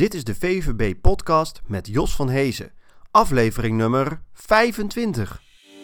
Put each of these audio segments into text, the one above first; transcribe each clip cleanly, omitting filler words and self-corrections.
Dit is de VVB-podcast met Jos van Hezen, aflevering nummer 25.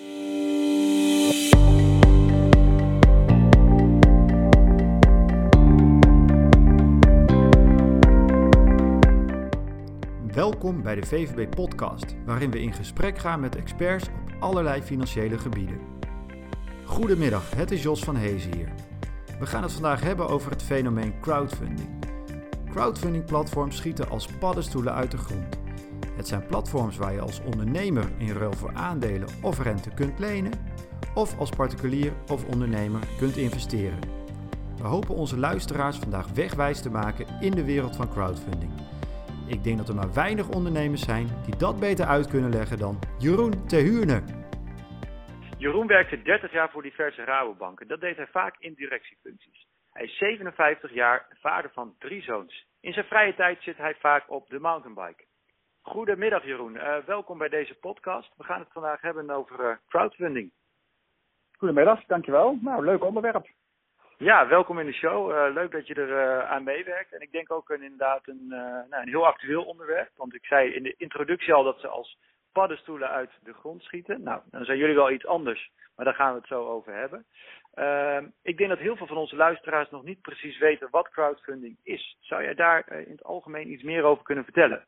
Welkom bij de VVB-podcast, waarin we in gesprek gaan met experts op allerlei financiële gebieden. Goedemiddag, het is Jos van Hezen hier. We gaan het vandaag hebben over het fenomeen crowdfunding. Crowdfunding-platforms schieten als paddenstoelen uit de grond. Het zijn platforms waar je als ondernemer in ruil voor aandelen of rente kunt lenen, of als particulier of ondernemer kunt investeren. We hopen onze luisteraars vandaag wegwijs te maken in de wereld van crowdfunding. Ik denk dat er maar weinig ondernemers zijn die dat beter uit kunnen leggen dan Jeroen Terhuurne. Jeroen werkte 30 jaar voor diverse Rabobanken. Dat deed hij vaak in directiefuncties. Hij is 57 jaar, vader van 3 zoons. In zijn vrije tijd zit hij vaak op de mountainbike. Goedemiddag Jeroen, welkom bij deze podcast. We gaan het vandaag hebben over crowdfunding. Goedemiddag, dankjewel. Nou, leuk onderwerp. Ja, welkom in de show. Leuk dat je er aan meewerkt. En ik denk ook inderdaad een heel actueel onderwerp. Want ik zei in de introductie al dat ze als paddenstoelen uit de grond schieten. Nou, dan zijn jullie wel iets anders, maar daar gaan we het zo over hebben. Ik denk dat heel veel van onze luisteraars nog niet precies weten wat crowdfunding is. Zou jij daar in het algemeen iets meer over kunnen vertellen?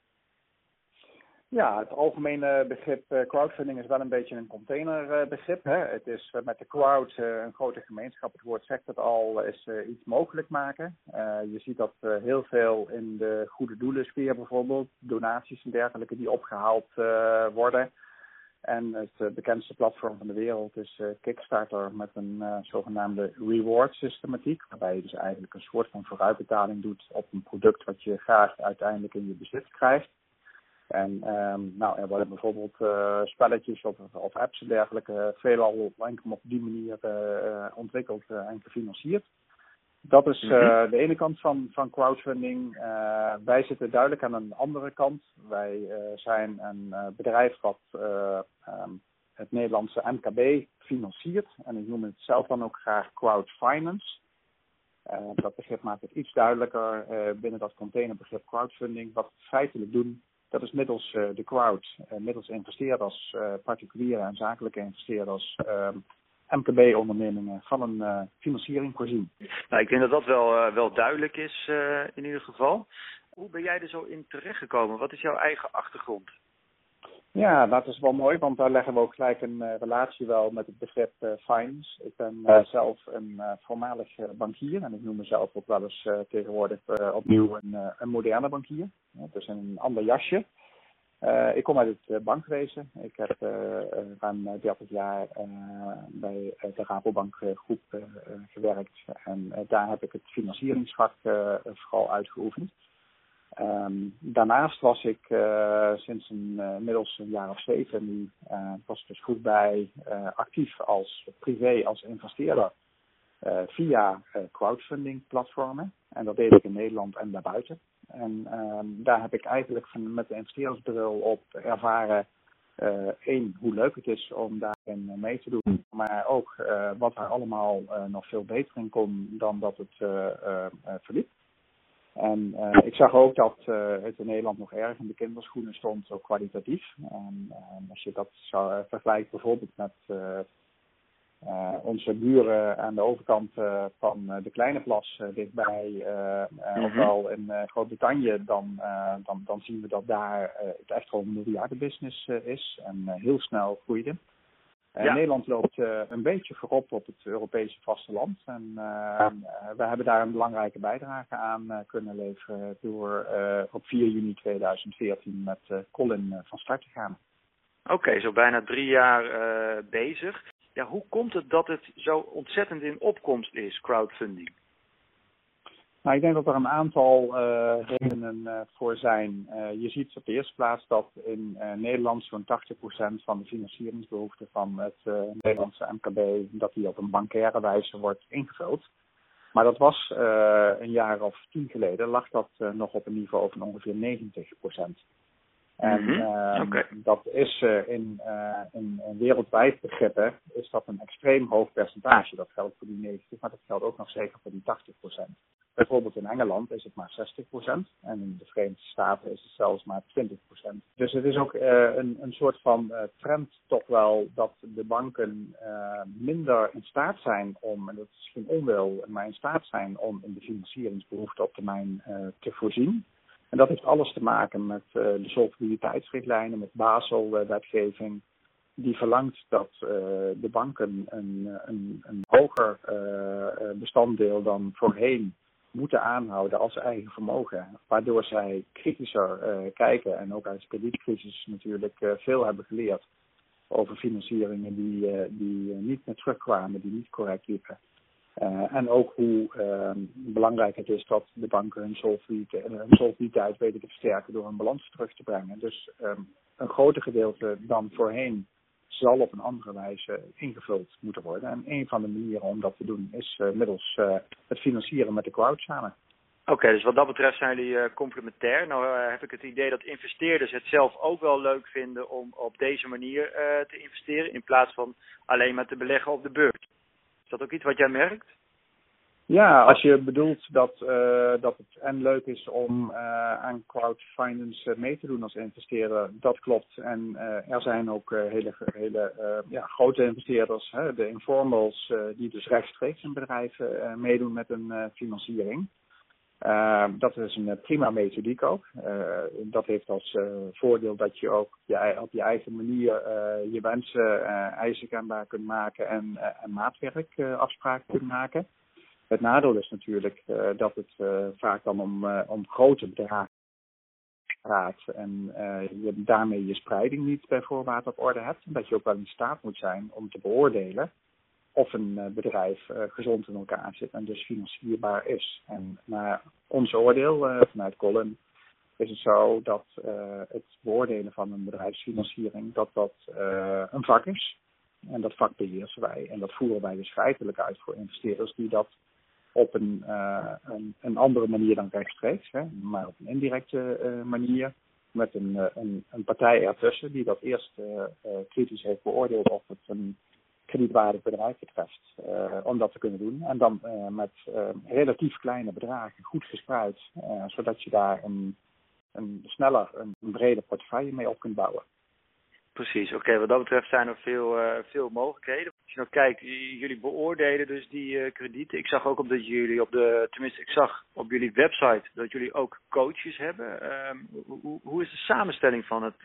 Ja, het algemene begrip crowdfunding is wel een beetje een containerbegrip. Het is met de crowd, een grote gemeenschap, het woord zegt het al, is iets mogelijk maken. Je ziet dat heel veel in de goede doelensfeer bijvoorbeeld, donaties en dergelijke die opgehaald worden. En het bekendste platform van de wereld is Kickstarter met een zogenaamde reward systematiek. Waarbij je dus eigenlijk een soort van vooruitbetaling doet op een product wat je graag uiteindelijk in je bezit krijgt. En er worden bijvoorbeeld spelletjes of apps en dergelijke veelal enkel op die manier ontwikkeld en gefinancierd. Dat is de ene kant van crowdfunding. Wij zitten duidelijk aan een andere kant. Wij zijn een bedrijf wat het Nederlandse MKB financiert. En ik noem het zelf dan ook graag crowdfinance. Dat begrip maakt het iets duidelijker binnen dat containerbegrip crowdfunding. Wat we feitelijk doen, dat is middels de crowd, middels investeerders, particuliere en zakelijke investeerders, MKB-ondernemingen van een financiering voorzien. Nou, ik denk dat dat wel duidelijk is in ieder geval. Hoe ben jij er zo in terechtgekomen? Wat is jouw eigen achtergrond? Ja, dat is wel mooi, want daar leggen we ook gelijk een relatie wel met het begrip finance. Ik ben zelf een voormalig bankier en ik noem mezelf ook wel eens tegenwoordig opnieuw een moderne bankier. Dus een ander jasje. Ik kom uit het bankwezen. Ik heb ruim 30 jaar bij de Rabobank groep gewerkt. En daar heb ik het financieringsvak vooral uitgeoefend. Daarnaast was ik sinds inmiddels een jaar of 7 nu, was dus goed bij actief als privé, als investeerder via crowdfunding platformen. En dat deed ik in Nederland en daarbuiten. En daar heb ik eigenlijk met de investeerdersbril op ervaren, hoe leuk het is om daarin mee te doen. Maar ook wat er allemaal nog veel beter in kon dan dat het verliep. En ik zag ook dat het in Nederland nog erg in de kinderschoenen stond, ook kwalitatief. Als je dat zou vergelijkt bijvoorbeeld met onze buren aan de overkant van de Kleine Plas dichtbij, ofwel in Groot-Brittannië, dan zien we dat daar het echt wel een miljardenbusiness is en heel snel groeide. Nederland loopt een beetje voorop op het Europese vasteland. En we hebben daar een belangrijke bijdrage aan kunnen leveren door op 4 juni 2014 met Colin van start te gaan. Oké, zo bijna 3 jaar bezig. Ja, hoe komt het dat het zo ontzettend in opkomst is, crowdfunding? Nou, ik denk dat er een aantal redenen voor zijn. Je ziet op de eerste plaats dat in Nederland zo'n 80% van de financieringsbehoeften van het Nederlandse MKB, dat die op een bankaire wijze wordt ingevuld. Maar dat was een jaar of 10 geleden, lag dat nog op een niveau van ongeveer 90%. En dat is in wereldwijd begrippen is dat een extreem hoog percentage. Dat geldt voor die 90, maar dat geldt ook nog zeker voor die 80%. Bijvoorbeeld in Engeland is het maar 60% en in de Verenigde Staten is het zelfs maar 20%. Dus het is ook een soort van trend toch wel dat de banken minder in staat zijn om, en dat is geen onwil, maar in staat zijn om in de financieringsbehoeften op termijn te voorzien. En dat heeft alles te maken met de solvabiliteitsrichtlijnen, met Basel-wetgeving. Die verlangt dat de banken een hoger bestanddeel dan voorheen moeten aanhouden als eigen vermogen. Waardoor zij kritischer kijken en ook uit de kredietcrisis natuurlijk veel hebben geleerd over financieringen die niet meer terugkwamen, die niet correct liepen. En ook hoe belangrijk het is dat de banken hun solvabiliteit weten te versterken door hun balans terug te brengen. Dus een groter gedeelte dan voorheen zal op een andere wijze ingevuld moeten worden. En een van de manieren om dat te doen is middels het financieren met de crowd samen. Oké, dus wat dat betreft zijn jullie complementair. Nou heb ik het idee dat investeerders het zelf ook wel leuk vinden om op deze manier te investeren in plaats van alleen maar te beleggen op de beurs. Is dat ook iets wat jij merkt? Ja, als je bedoelt dat het en leuk is om aan crowdfinance mee te doen als investeerder, dat klopt. En er zijn ook hele grote investeerders, de informals, die dus rechtstreeks in bedrijven meedoen met een financiering. Dat is een prima methodiek ook. Dat heeft als voordeel dat je ook op je eigen manier je wensen, eisen kenbaar kunt maken en maatwerkafspraken kunt maken. Het nadeel is natuurlijk dat het vaak dan om grote bedragen gaat en je daarmee je spreiding niet bij voorbaat op orde hebt. En dat je ook wel in staat moet zijn om te beoordelen of een bedrijf gezond in elkaar zit en dus financierbaar is. En naar ons oordeel vanuit Colin is het zo dat het beoordelen van een bedrijfsfinanciering dat een vak is. En dat vak beheersen wij. En dat voeren wij dus feitelijk uit voor investeerders die dat op een andere manier dan rechtstreeks, maar op een indirecte manier. Met een partij ertussen die dat eerst kritisch heeft beoordeeld of het een kredietwaardig bedrijf betreft, om dat te kunnen doen. En dan met relatief kleine bedragen goed gespreid, zodat je daar sneller een brede portefeuille mee op kunt bouwen. Precies, oké. Wat dat betreft zijn er veel mogelijkheden. Als je nou kijkt, jullie beoordelen dus die kredieten. Ik zag ook op dat jullie ik zag op jullie website dat jullie ook coaches hebben. Hoe is de samenstelling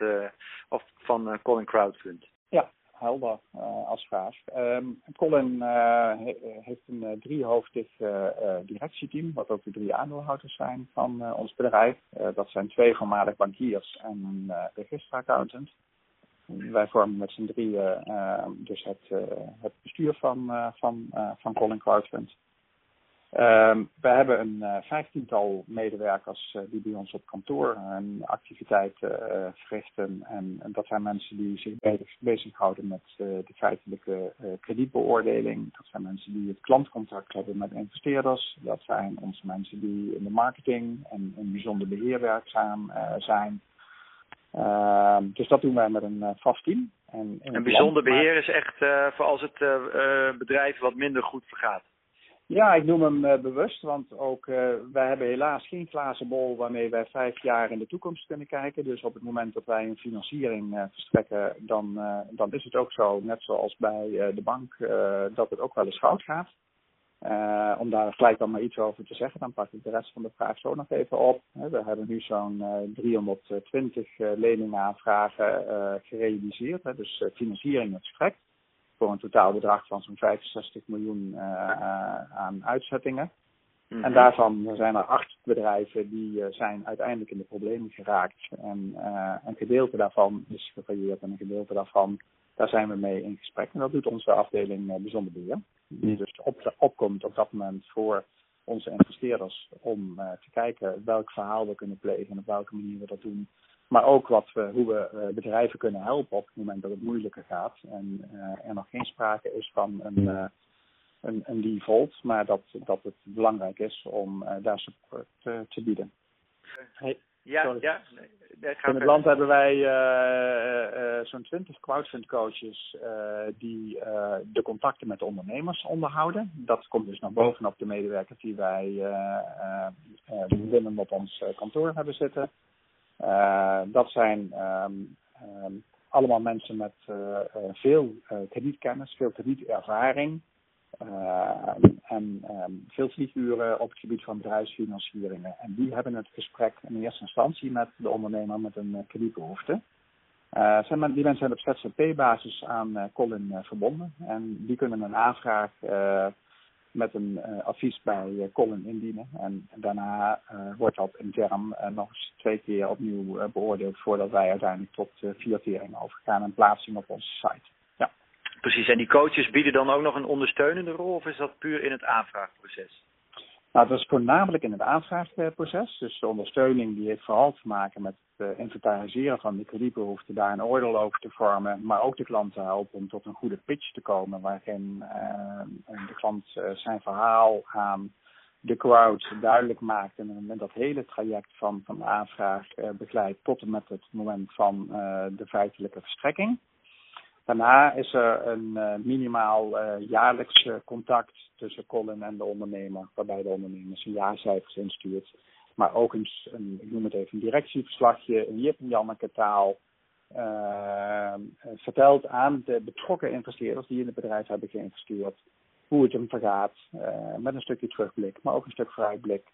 van Colin Crowdfund? Ja, helder als vraag. Colin heeft een driehoofdig directieteam, wat ook de 3 aandeelhouders zijn van ons bedrijf. Dat zijn 2 voormalig bankiers en een registeraccountant. Wij vormen met z'n 3 dus het bestuur van Colin Crowdfund. We hebben een 15-tal medewerkers die bij ons op kantoor een activiteit verrichten. En dat zijn mensen die zich bezighouden met de feitelijke kredietbeoordeling. Dat zijn mensen die het klantcontact hebben met investeerders. Dat zijn onze mensen die in de marketing en in bijzonder beheer werkzaam zijn. Dus dat doen wij met een vast team. En bijzonder beheer is echt voor als het bedrijf wat minder goed vergaat. Ja, ik noem hem bewust, want ook wij hebben helaas geen glazen bol waarmee wij 5 jaar in de toekomst kunnen kijken. Dus op het moment dat wij een financiering verstrekken, dan is het ook zo, net zoals bij de bank, dat het ook wel eens fout gaat. Om daar gelijk dan maar iets over te zeggen, dan pak ik de rest van de vraag zo nog even op. We hebben nu zo'n 320 leningaanvragen gerealiseerd, dus financieringen verstrekt. Voor een totaalbedrag van zo'n 65 miljoen aan uitzettingen. Mm-hmm. En daarvan zijn er 8 bedrijven die zijn uiteindelijk in de problemen geraakt. En een gedeelte daarvan is gefailleerd en een gedeelte daarvan, daar zijn we mee in gesprek. En dat doet onze afdeling bijzonder beheer. Die dus opkomt op dat moment voor onze investeerders om te kijken welk verhaal we kunnen plegen en op welke manier we dat doen. Maar ook hoe we bedrijven kunnen helpen op het moment dat het moeilijker gaat. En er nog geen sprake is van een default, maar dat het belangrijk is om daar support te bieden. Ja, In het land hebben wij zo'n 20 crowdfund coaches die de contacten met de ondernemers onderhouden. Dat komt dus nog bovenop de medewerkers die wij binnen op ons kantoor hebben zitten. Dat zijn allemaal mensen met veel kredietkennis, veel kredietervaring. En veel vlieguren op het gebied van bedrijfsfinancieringen. En die hebben het gesprek in eerste instantie met de ondernemer met een kredietbehoefte. Die mensen zijn op ZZP-basis aan Colin verbonden. En die kunnen een aanvraag met een advies bij Colin indienen. En daarna wordt dat intern nog eens 2 keer opnieuw beoordeeld voordat wij uiteindelijk tot filtering overgaan en plaatsing op onze site. Ja. Precies, en die coaches bieden dan ook nog een ondersteunende rol of is dat puur in het aanvraagproces? Nou, dat is voornamelijk in het aanvraagproces. Dus de ondersteuning die heeft vooral te maken met het inventariseren van die kredietbehoeften, daar een oordeel over te vormen, maar ook de klant te helpen om tot een goede pitch te komen, waarin de klant zijn verhaal aan de crowd duidelijk maakt en met dat hele traject van de aanvraag begeleidt tot en met het moment van de feitelijke verstrekking. Daarna is er een minimaal jaarlijks contact tussen Colin en de ondernemer, waarbij de ondernemer zijn jaarcijfers instuurt. Maar ook ik noem het even, een directieverslagje, een Jip en Janneke taal, vertelt aan de betrokken investeerders die in het bedrijf hebben geïnvesteerd, hoe het hem vergaat, met een stukje terugblik, maar ook een stuk vooruitblik.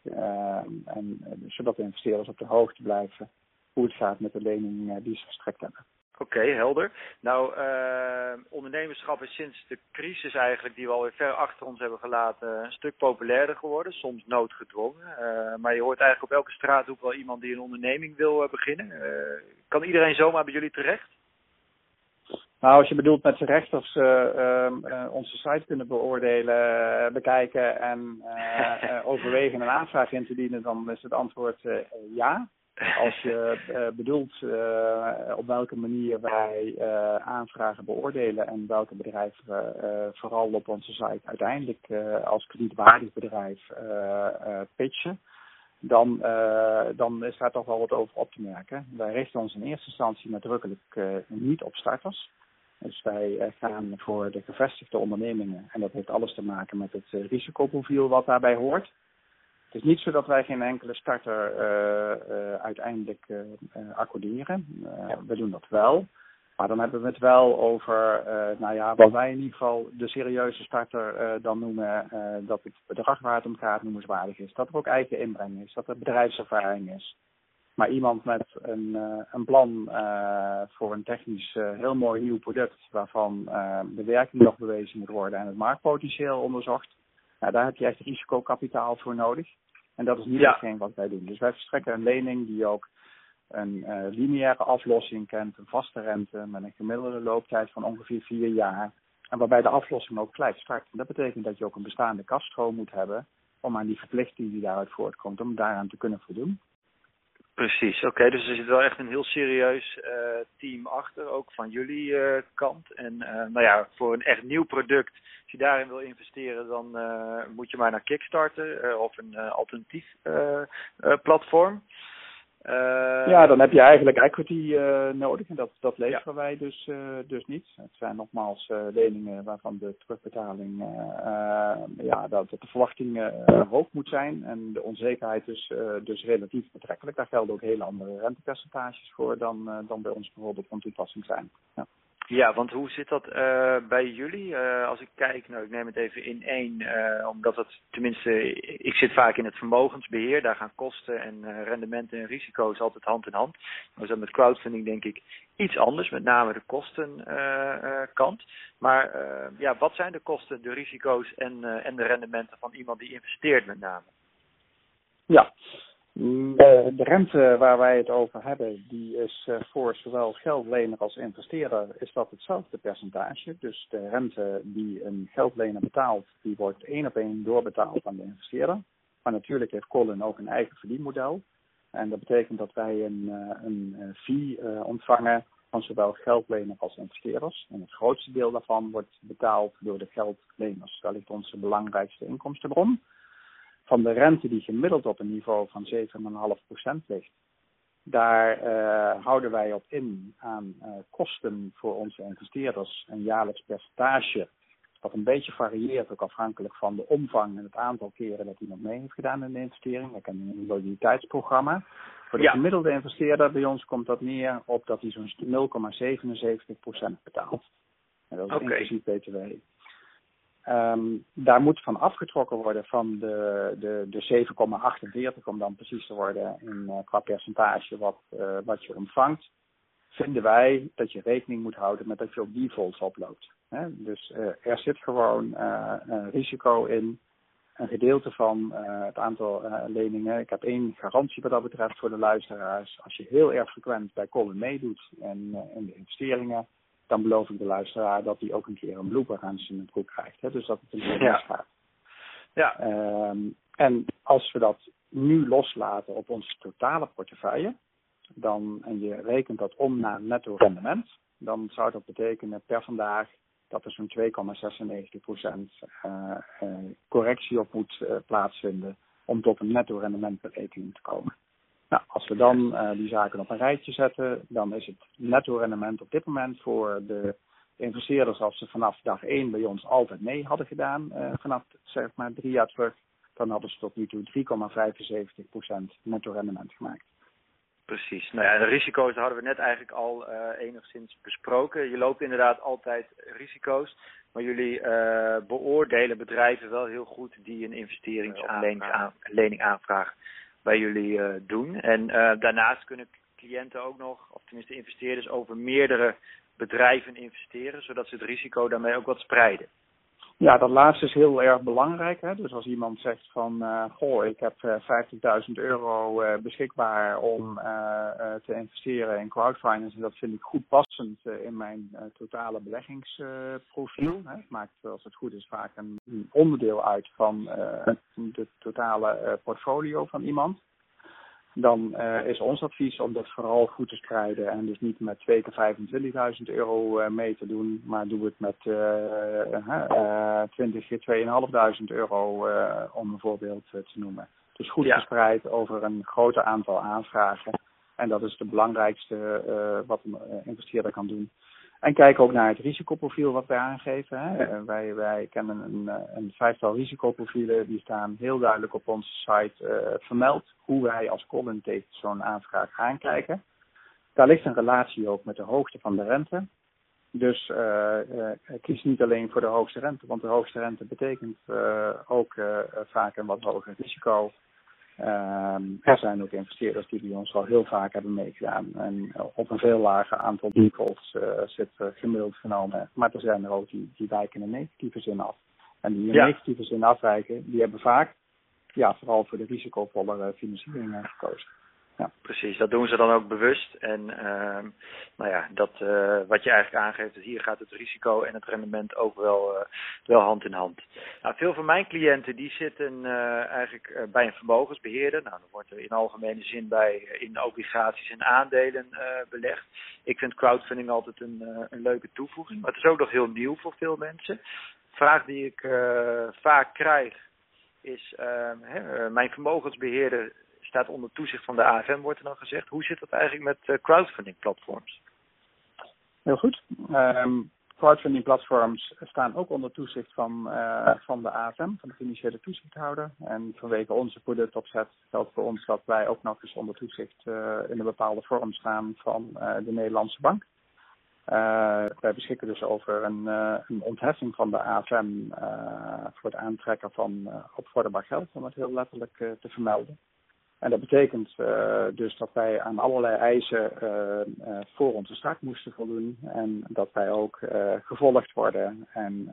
Zodat de investeerders op de hoogte blijven hoe het gaat met de lening die ze verstrekt hebben. Oké, helder. Nou, ondernemerschap is sinds de crisis eigenlijk, die we alweer ver achter ons hebben gelaten, een stuk populairder geworden, soms noodgedwongen. Maar je hoort eigenlijk op elke straathoek wel iemand die een onderneming wil beginnen. Kan iedereen zomaar bij jullie terecht? Nou, als je bedoelt met terecht of ze onze site kunnen bekijken en overwegen een aanvraag in te dienen, dan is het antwoord ja. Als je bedoelt op welke manier wij aanvragen beoordelen en welke bedrijven vooral op onze site uiteindelijk als kredietwaardig bedrijf pitchen, dan is daar toch wel wat over op te merken. Wij richten ons in eerste instantie nadrukkelijk niet op starters. Dus wij gaan voor de gevestigde ondernemingen en dat heeft alles te maken met het risicoprofiel wat daarbij hoort. Het is niet zo dat wij geen enkele starter uiteindelijk accorderen. We doen dat wel. Maar dan hebben we het wel over wat wij in ieder geval de serieuze starter dan noemen. Dat het bedrag waar het om gaat noemenswaardig is. Dat er ook eigen inbreng is. Dat er bedrijfservaring is. Maar iemand met een plan voor een technisch heel mooi nieuw product. Waarvan de werking nog bewezen moet worden en het marktpotentieel onderzocht. Nou, daar heb je echt risicokapitaal voor nodig. En dat is niet hetgeen wat wij doen. Dus wij verstrekken een lening die ook een lineaire aflossing kent, een vaste rente met een gemiddelde looptijd van ongeveer 4 jaar. En waarbij de aflossing ook gelijk start. En dat betekent dat je ook een bestaande kaststroom moet hebben om aan die verplichting die daaruit voortkomt, om daaraan te kunnen voldoen. Precies, oké. Dus er zit wel echt een heel serieus team achter, ook van jullie kant. En voor een echt nieuw product, als je daarin wil investeren, dan moet je maar naar Kickstarter of een alternatief platform. Dan heb je eigenlijk equity nodig en dat leveren wij dus niet. Het zijn nogmaals leningen waarvan de terugbetaling, dat de verwachting hoog moet zijn en de onzekerheid dus relatief betrekkelijk. Daar gelden ook hele andere rentepercentages voor dan bij ons bijvoorbeeld van toepassing zijn. Ja. Ja, want hoe zit dat bij jullie? Als ik kijk, ik neem het even in één, omdat het tenminste, ik zit vaak in het vermogensbeheer, daar gaan kosten en rendementen en risico's altijd hand in hand. Maar is dat met crowdfunding denk ik iets anders, met name de kostenkant. Maar wat zijn de kosten, de risico's en de rendementen van iemand die investeert met name? Ja. De rente waar wij het over hebben, die is voor zowel geldlener als investeerder is dat hetzelfde percentage. Dus de rente die een geldlener betaalt, die wordt 1 op 1 doorbetaald aan de investeerder. Maar natuurlijk heeft Colin ook een eigen verdienmodel. En dat betekent dat wij een fee ontvangen van zowel geldlener als investeerders. En het grootste deel daarvan wordt betaald door de geldleners. Daar ligt onze belangrijkste inkomstenbron. Van de rente die gemiddeld op een niveau van 7,5% ligt, Daar houden wij op in aan kosten voor onze investeerders, een jaarlijks percentage, wat een beetje varieert, ook afhankelijk van de omvang en het aantal keren dat iemand mee heeft gedaan in de investering. Ik heb een loyaliteitsprogramma. Voor de gemiddelde investeerder bij ons komt dat neer op dat hij zo'n 0,77% betaalt. En dat is inclusief BTW. Daar moet van afgetrokken worden van de 7,48 om dan precies te worden qua percentage wat je ontvangt. Vinden wij dat je rekening moet houden met dat je op defaults oploopt. Dus er zit gewoon een risico in. Een gedeelte van het aantal leningen. Ik heb 1 garantie wat dat betreft voor de luisteraars. Als je heel erg frequent bij Colin meedoet en in de investeringen, dan beloof ik de luisteraar dat hij ook een keer een blooper aan zijn broek krijgt. Dus dat het een keer misgaat. Ja. En als we dat nu loslaten op onze totale portefeuille, en je rekent dat om naar netto rendement, dan zou dat betekenen per vandaag dat er zo'n 2,96% correctie op moet plaatsvinden om tot een netto rendementberekening te komen. Nou, als we dan die zaken op een rijtje zetten, dan is het netto rendement op dit moment voor de investeerders, als ze vanaf dag 1 bij ons altijd mee hadden gedaan, vanaf zeg maar 3 jaar terug, dan hadden ze tot nu toe 3,75% netto rendement gemaakt. Precies. Nou ja, de risico's hadden we net eigenlijk al enigszins besproken. Je loopt inderdaad altijd risico's, maar jullie beoordelen bedrijven wel heel goed die een investeringslening aanvragen bij jullie doen. En daarnaast kunnen cliënten ook nog, of tenminste investeerders, over meerdere bedrijven investeren, zodat ze het risico daarmee ook wat spreiden. Ja, dat laatste is heel erg belangrijk. Hè? Dus als iemand zegt van, ik heb €50.000 beschikbaar om te investeren in crowdfunding, en dat vind ik goed passend in mijn totale beleggingsprofiel. Het maakt, als het goed is, vaak een onderdeel uit van de totale portfolio van iemand. Dan is ons advies om dat vooral goed te spreiden en dus niet met 2 keer €25.000 mee te doen, maar doe het met 20 keer €2.500 om een voorbeeld te noemen. Dus goed gespreid over een groter aantal aanvragen. En dat is het belangrijkste wat een investeerder kan doen. En kijk ook naar het risicoprofiel wat wij aangeven. Hè. Wij kennen een 5-tal risicoprofielen. Die staan heel duidelijk op onze site vermeld. Hoe wij als Colin tegen zo'n aanvraag aankijken. Daar ligt een relatie ook met de hoogte van de rente. Dus kies niet alleen voor de hoogste rente. Want de hoogste rente betekent ook vaak een wat hoger risico. Er zijn ook investeerders die bij ons al heel vaak hebben meegedaan. En op een veel lager aantal defaults zit gemiddeld genomen. Maar er zijn er ook die wijken in negatieve zin af. En die in negatieve zin afwijken, die hebben vaak vooral voor de risicovollere financiering gekozen. Ja. Precies, dat doen ze dan ook bewust. En dat wat je eigenlijk aangeeft, dus hier gaat het risico en het rendement ook wel hand in hand. Nou, veel van mijn cliënten die zitten eigenlijk bij een vermogensbeheerder. Nou, dan wordt er in algemene zin in obligaties en aandelen belegd. Ik vind crowdfunding altijd een leuke toevoeging, maar het is ook nog heel nieuw voor veel mensen. De vraag die ik vaak krijg is, mijn vermogensbeheerder staat onder toezicht van de AFM, wordt er dan gezegd. Hoe zit dat eigenlijk met crowdfunding platforms? Heel goed. Crowdfunding platforms staan ook onder toezicht van de AFM, van de financiële toezichthouder. En vanwege onze productopzet geldt voor ons dat wij ook nog eens onder toezicht in een bepaalde vorm staan van de Nederlandse Bank. Wij beschikken dus over een ontheffing van de AFM voor het aantrekken van opvorderbaar geld, om het heel letterlijk te vermelden. En dat betekent dus dat wij aan allerlei eisen voor onze start moesten voldoen. En dat wij ook gevolgd worden en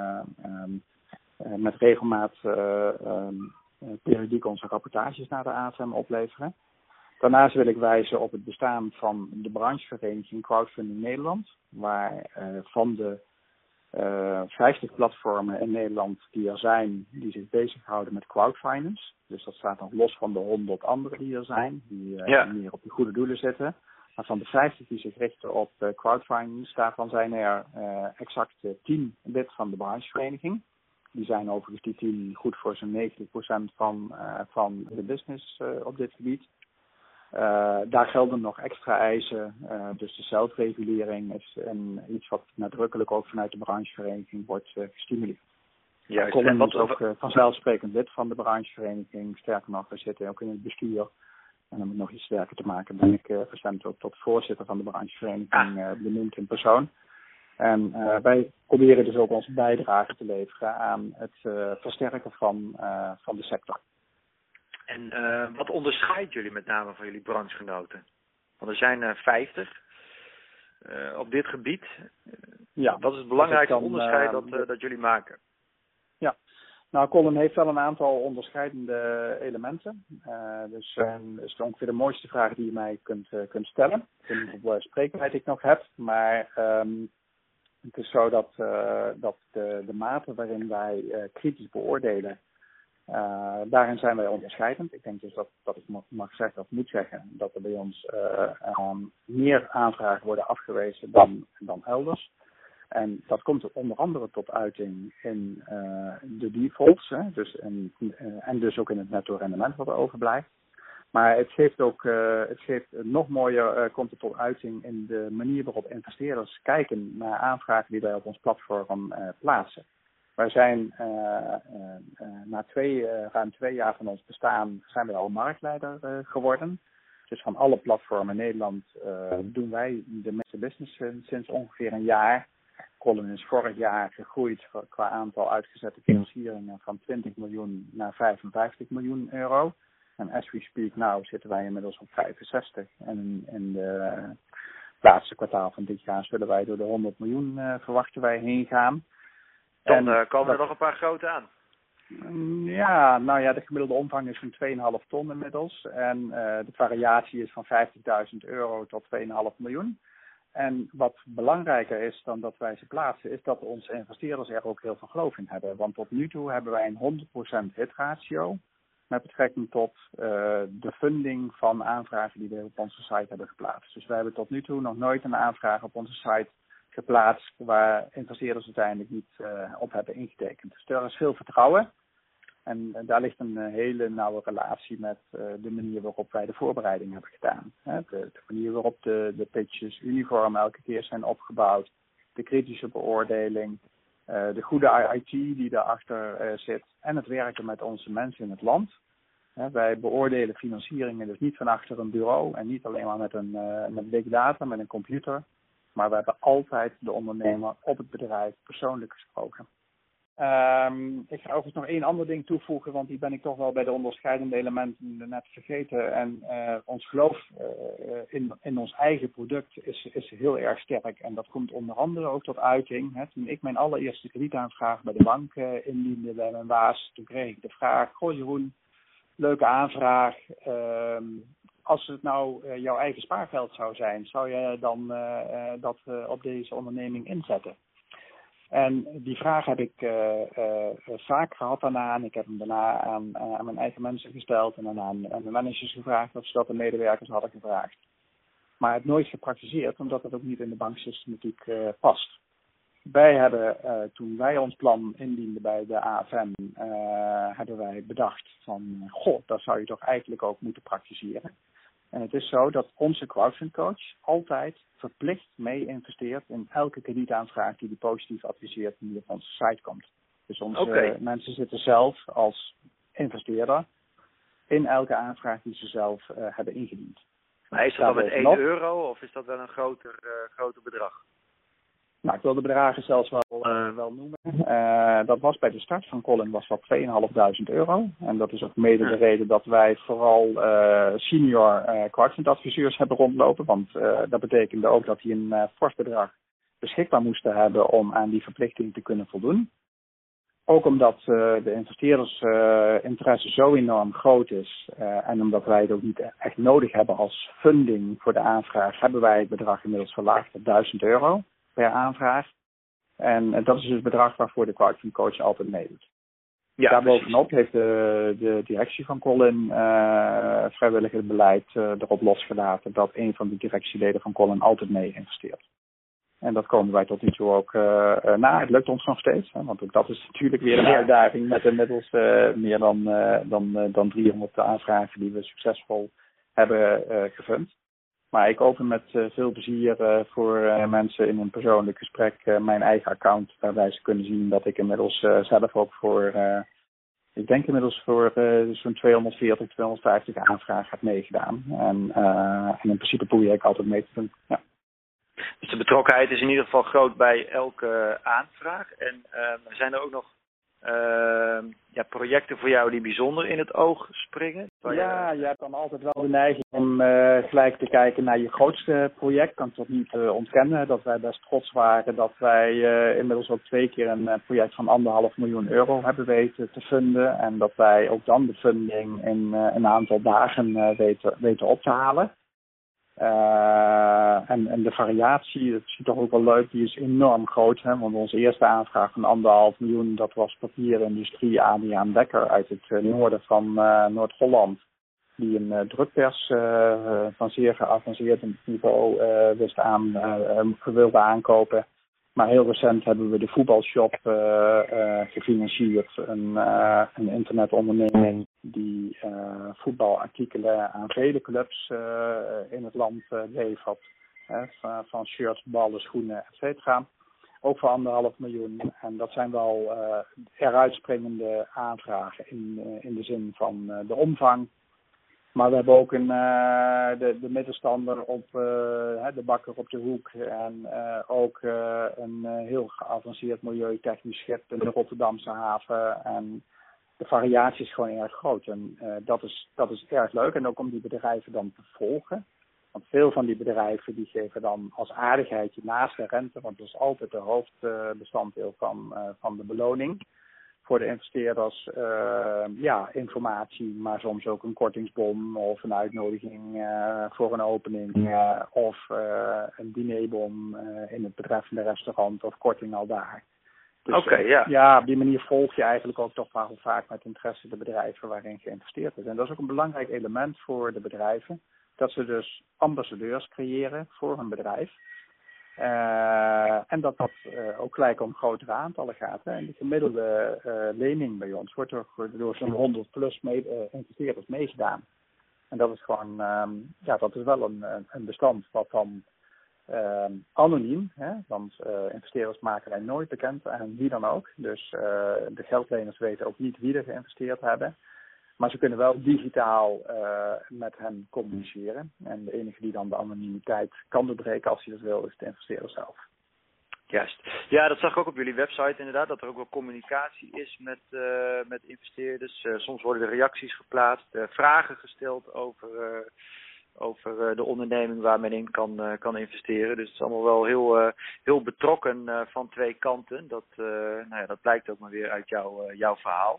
met regelmaat periodiek onze rapportages naar de AFM opleveren. Daarnaast wil ik wijzen op het bestaan van de branchevereniging Crowdfunding Nederland, waar van de 50 platformen in Nederland die er zijn, die zich bezighouden met crowdfinance. Dus dat staat nog los van de 100 andere die er zijn, die meer op de goede doelen zitten. Maar van de 50 die zich richten op crowdfinance, daarvan zijn er exact 10 lid van de branchevereniging. Die zijn overigens die 10 goed voor zo'n 90% van de business op dit gebied. Daar gelden nog extra eisen. Dus de zelfregulering is iets wat nadrukkelijk ook vanuit de branchevereniging wordt gestimuleerd. Juist. Colin is ook vanzelfsprekend lid van de branchevereniging. Sterker nog, we zitten ook in het bestuur. En om het nog iets sterker te maken, ben ik recent ook tot voorzitter van de branchevereniging benoemd in persoon. En wij proberen dus ook onze bijdrage te leveren aan het versterken van de sector. En wat onderscheidt jullie met name van jullie branchegenoten? Want er zijn 50 op dit gebied. Ja, wat is het belangrijkste onderscheid dat jullie maken? Ja, nou, Colin heeft wel een aantal onderscheidende elementen. Dus dat is ongeveer de mooiste vraag die je mij kunt stellen. Ik weet niet hoeveel spreektijd ik nog heb, maar het is zo dat de mate waarin wij kritisch beoordelen, daarin zijn wij onderscheidend. Ik denk dus dat ik mag zeggen, of moet zeggen, dat er bij ons meer aanvragen worden afgewezen dan elders. En dat komt onder andere tot uiting in de defaults, hè, en dus ook in het netto rendement wat er overblijft. Maar het geeft nog mooier, komt het tot uiting in de manier waarop investeerders kijken naar aanvragen die wij op ons platform plaatsen. Wij zijn na ruim 2 jaar van ons bestaan zijn wij al marktleider geworden. Dus van alle platformen in Nederland doen wij de meeste business sinds ongeveer een jaar. Colin is vorig jaar gegroeid qua aantal uitgezette financieringen van 20 miljoen naar 55 miljoen euro. En as we speak now zitten wij inmiddels op 65. En in de laatste kwartaal van dit jaar zullen wij door de 100 miljoen verwachten wij heen gaan. Dan komen er nog een paar grote aan. Ja, nou ja, de gemiddelde omvang is van 2,5 ton inmiddels. En de variatie is van 50.000 euro tot 2,5 miljoen. En wat belangrijker is dan dat wij ze plaatsen, is dat onze investeerders er ook heel veel geloof in hebben. Want tot nu toe hebben wij een 100% hitratio met betrekking tot de funding van aanvragen die we op onze site hebben geplaatst. Dus wij hebben tot nu toe nog nooit een aanvraag op onze site geplaatst waar investeerders uiteindelijk niet op hebben ingetekend. Dus er is veel vertrouwen. En daar ligt een hele nauwe relatie met de manier waarop wij de voorbereiding hebben gedaan. De manier waarop de pitches uniform elke keer zijn opgebouwd. De kritische beoordeling. De goede IT die daarachter zit. En het werken met onze mensen in het land. Wij beoordelen financieringen dus niet van achter een bureau. En niet alleen maar met big data, met een computer. Maar we hebben altijd de ondernemer op het bedrijf persoonlijk gesproken. Ik ga overigens nog 1 ander ding toevoegen, want die ben ik toch wel bij de onderscheidende elementen net vergeten. En ons geloof in ons eigen product is heel erg sterk. En dat komt onder andere ook tot uiting. Toen ik mijn allereerste kredietaanvraag bij de bank indiende bij mijn baas, toen kreeg ik de vraag: goh Jeroen, leuke aanvraag. Als het nou jouw eigen spaargeld zou zijn, zou je dan dat op deze onderneming inzetten? En die vraag heb ik vaak gehad daarna. En ik heb hem daarna aan mijn eigen mensen gesteld. En daarna aan mijn managers gevraagd of ze dat de medewerkers hadden gevraagd. Maar het nooit gepraktiseerd, omdat het ook niet in de banksystematiek past. Wij hebben, toen wij ons plan indienden bij de AFM, hebben wij bedacht van, dat zou je toch eigenlijk ook moeten praktiseren. En het is zo dat onze crowdfundcoach altijd verplicht mee investeert in elke kredietaanvraag die positief adviseert en die op onze site komt. Dus onze mensen zitten zelf als investeerder in elke aanvraag die ze zelf hebben ingediend. Maar is dat dan met 1 euro of is dat wel een groter bedrag? Nou, ik wil de bedragen zelfs wel noemen. Dat was bij de start van Colin was dat 2.500 euro. En dat is ook mede de reden dat wij vooral senior crowdfundadviseurs hebben rondlopen. Want dat betekende ook dat die een fors bedrag beschikbaar moesten hebben om aan die verplichting te kunnen voldoen. Ook omdat de investeerders interesse zo enorm groot is en omdat wij het ook niet echt nodig hebben als funding voor de aanvraag, hebben wij het bedrag inmiddels verlaagd tot 1.000 euro per aanvraag. En dat is dus het bedrag waarvoor de crowdfundcoach altijd meedoet. Ja, daarbovenop heeft de directie van Colin vrijwilligerbeleid erop losgelaten dat een van de directieleden van Colin altijd mee investeert. En dat komen wij tot nu toe ook na. Het lukt ons nog steeds. Hè, want ook dat is natuurlijk weer een uitdaging met inmiddels meer dan 300 aanvragen die we succesvol hebben gefund. Maar ik open met veel plezier voor mensen in een persoonlijk gesprek mijn eigen account, waarbij ze kunnen zien dat ik inmiddels zelf ook voor, ik denk inmiddels voor zo'n 240, 250 aanvragen heb meegedaan. En in principe probeer ik altijd mee te doen. Ja. Dus de betrokkenheid is in ieder geval groot bij elke aanvraag. En zijn er ook nog projecten voor jou die bijzonder in het oog springen? Ja, je hebt dan altijd wel de neiging om gelijk te kijken naar je grootste project. Ik kan het toch niet ontkennen dat wij best trots waren dat wij inmiddels ook 2 keer een project van €1,5 miljoen hebben weten te funden. En dat wij ook dan de funding in een aantal dagen weten op te halen. En de variatie, dat is toch ook wel leuk, die is enorm groot. Hè? Want onze eerste aanvraag van €1,5 miljoen, dat was papierindustrie Adriaan Dekker uit het noorden van Noord-Holland. Die een drukpers van zeer geavanceerd niveau wilde aankopen. Maar heel recent hebben we de voetbalshop gefinancierd. Een internetonderneming die voetbalartikelen aan vele clubs in het land levert. Van shirts, ballen, schoenen, et cetera. Ook voor €1,5 miljoen. En dat zijn wel eruitspringende aanvragen in de zin van de omvang. Maar we hebben ook de middenstander op de bakker op de hoek. En ook een heel geavanceerd milieutechnisch schip in de Rotterdamse haven. En de variatie is gewoon erg groot. En dat is erg leuk. En ook om die bedrijven dan te volgen. Want veel van die bedrijven die geven dan als aardigheidje naast de rente. Want dat is altijd de hoofdbestanddeel van de beloning. Voor de investeerders informatie, maar soms ook een kortingsbon of een uitnodiging voor een opening of een dinerbon in het betreffende restaurant of korting al daar. Dus, op die manier volg je eigenlijk ook toch wel vaak met interesse de bedrijven waarin geïnvesteerd is. En dat is ook een belangrijk element voor de bedrijven, dat ze dus ambassadeurs creëren voor hun bedrijf. En dat ook gelijk om grotere aantallen gaat. Hè. En de gemiddelde lening bij ons wordt door zo'n 100 plus investeerders meegedaan. En dat is gewoon, dat is wel een bestand wat dan anoniem, hè, want investeerders maken wij nooit bekend aan wie dan ook. Dus de geldleners weten ook niet wie er geïnvesteerd hebben. Maar ze kunnen wel digitaal met hen communiceren. En de enige die dan de anonimiteit kan doorbreken als hij dat wil, is de investeerder zelf. Juist. Ja, dat zag ik ook op jullie website inderdaad, dat er ook wel communicatie is met investeerders. Soms worden er reacties geplaatst, vragen gesteld over de onderneming waar men in kan investeren. Dus het is allemaal wel heel betrokken van 2 kanten. Dat blijkt ook maar weer uit jouw verhaal.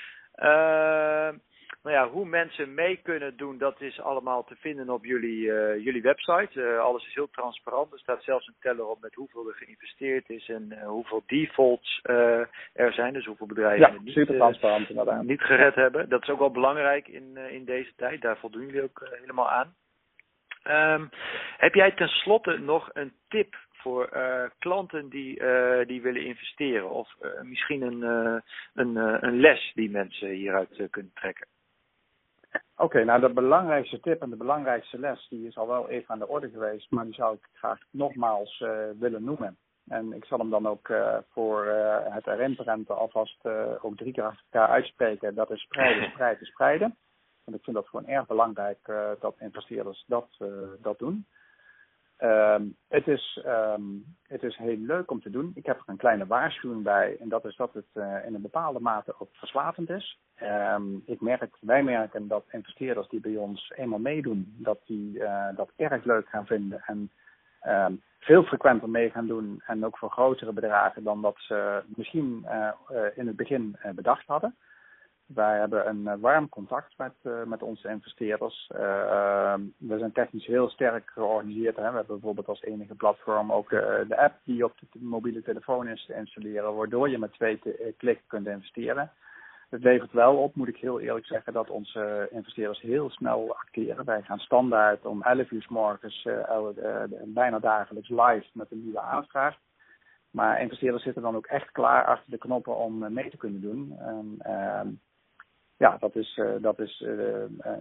Hoe mensen mee kunnen doen, dat is allemaal te vinden op jullie website. Alles is heel transparant. Er staat zelfs een teller op met hoeveel er geïnvesteerd is en hoeveel defaults er zijn. Dus hoeveel bedrijven het niet gered hebben. Dat is ook wel belangrijk in deze tijd. Daar voldoen jullie ook helemaal aan. Heb jij tenslotte nog een tip voor klanten die willen investeren? Of misschien een les die mensen hieruit kunnen trekken? Oké, nou de belangrijkste tip en de belangrijkste les, die is al wel even aan de orde geweest, maar die zou ik graag nogmaals willen noemen. En ik zal hem dan ook voor het herinneren alvast ook 3 keer achter elkaar uitspreken. Dat is spreiden. Want ik vind dat gewoon erg belangrijk dat investeerders dat doen. Het is heel leuk om te doen. Ik heb er een kleine waarschuwing bij. En dat is dat het in een bepaalde mate ook verslavend is. Wij merken dat investeerders die bij ons eenmaal meedoen, dat die dat erg leuk gaan vinden. En veel frequenter mee gaan doen. En ook voor grotere bedragen dan dat ze misschien in het begin bedacht hadden. Wij hebben een warm contact met onze investeerders. We zijn technisch heel sterk georganiseerd. Hè. We hebben bijvoorbeeld als enige platform ook de app die op de mobiele telefoon is te installeren, waardoor je met 2 klikken kunt investeren. Het levert wel op, moet ik heel eerlijk zeggen, dat onze investeerders heel snel acteren. Wij gaan standaard om 11 uur 's morgens bijna dagelijks live met een nieuwe aanvraag. Maar investeerders zitten dan ook echt klaar achter de knoppen om mee te kunnen doen.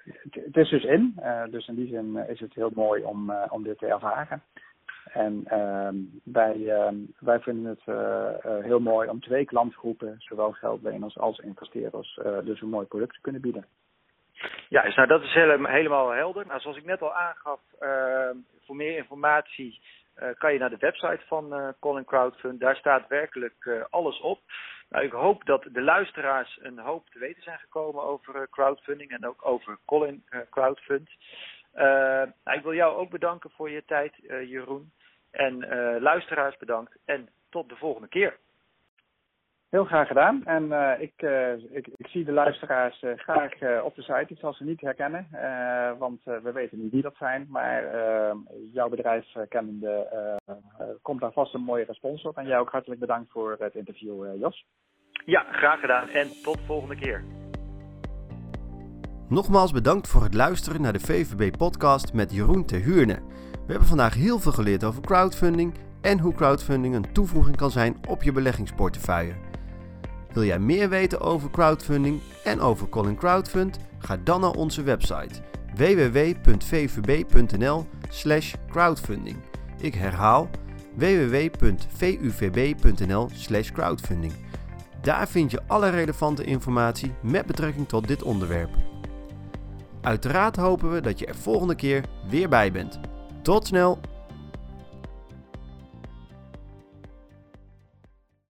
het is dus in. Dus in die zin is het heel mooi om dit te ervaren. En wij vinden het heel mooi om 2 klantgroepen, zowel geldleners als investeerders, dus een mooi product te kunnen bieden. Ja, dus dat is helemaal helder. Nou, zoals ik net al aangaf, voor meer informatie kan je naar de website van Colin Crowdfund. Daar staat werkelijk alles op. Nou, ik hoop dat de luisteraars een hoop te weten zijn gekomen over crowdfunding en ook over Colin Crowdfund. Ik wil jou ook bedanken voor je tijd, Jeroen. En luisteraars bedankt en tot de volgende keer. Heel graag gedaan. En ik zie de luisteraars graag op de site. Ik zal ze niet herkennen, want we weten niet wie dat zijn. Maar jouw bedrijf kennende komt daar vast een mooie respons op. En jij ook hartelijk bedankt voor het interview, Jos. Ja, graag gedaan en tot de volgende keer. Nogmaals bedankt voor het luisteren naar de VVB-podcast met Jeroen ter Huurne. We hebben vandaag heel veel geleerd over crowdfunding en hoe crowdfunding een toevoeging kan zijn op je beleggingsportefeuille. Wil jij meer weten over crowdfunding en over Colin Crowdfund? Ga dan naar onze website www.vvb.nl/crowdfunding. Ik herhaal www.vuvb.nl/crowdfunding. Daar vind je alle relevante informatie met betrekking tot dit onderwerp. Uiteraard hopen we dat je er volgende keer weer bij bent. Tot snel!